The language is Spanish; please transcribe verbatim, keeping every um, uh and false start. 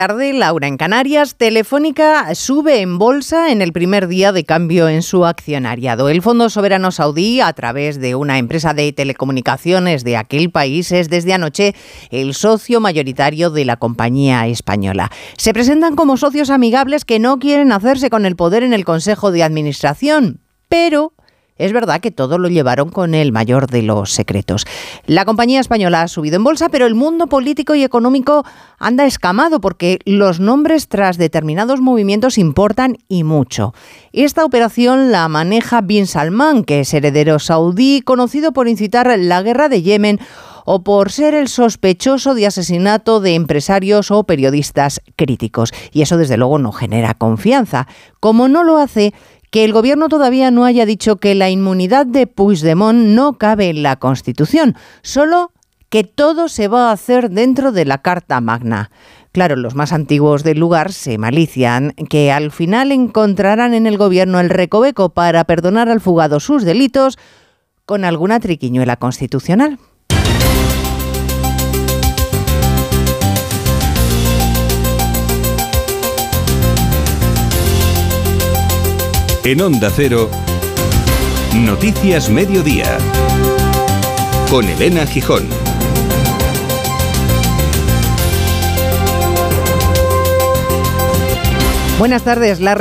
Tarde, Laura, en Canarias, Telefónica sube en bolsa en el primer día de cambio en su accionariado. El Fondo Soberano Saudí, a través de una empresa de telecomunicaciones de aquel país, es desde anoche el socio mayoritario de la compañía española. Se presentan como socios amigables que no quieren hacerse con el poder en el Consejo de Administración, pero es verdad que todo lo llevaron con el mayor de los secretos. La compañía española ha subido en bolsa, pero el mundo político y económico anda escamado porque los nombres tras determinados movimientos importan y mucho. Esta operación la maneja Bin Salman, que es heredero saudí, conocido por incitar la guerra de Yemen o por ser el sospechoso de asesinato de empresarios o periodistas críticos. Y eso desde luego no genera confianza, como no lo hace que el gobierno todavía no haya dicho que la inmunidad de Puigdemont no cabe en la Constitución, solo que todo se va a hacer dentro de la Carta Magna. Claro, los más antiguos del lugar se malician que al final encontrarán en el gobierno el recoveco para perdonar al fugado sus delitos con alguna triquiñuela constitucional. En Onda Cero, Noticias Mediodía, con Elena Gijón. Buenas tardes. La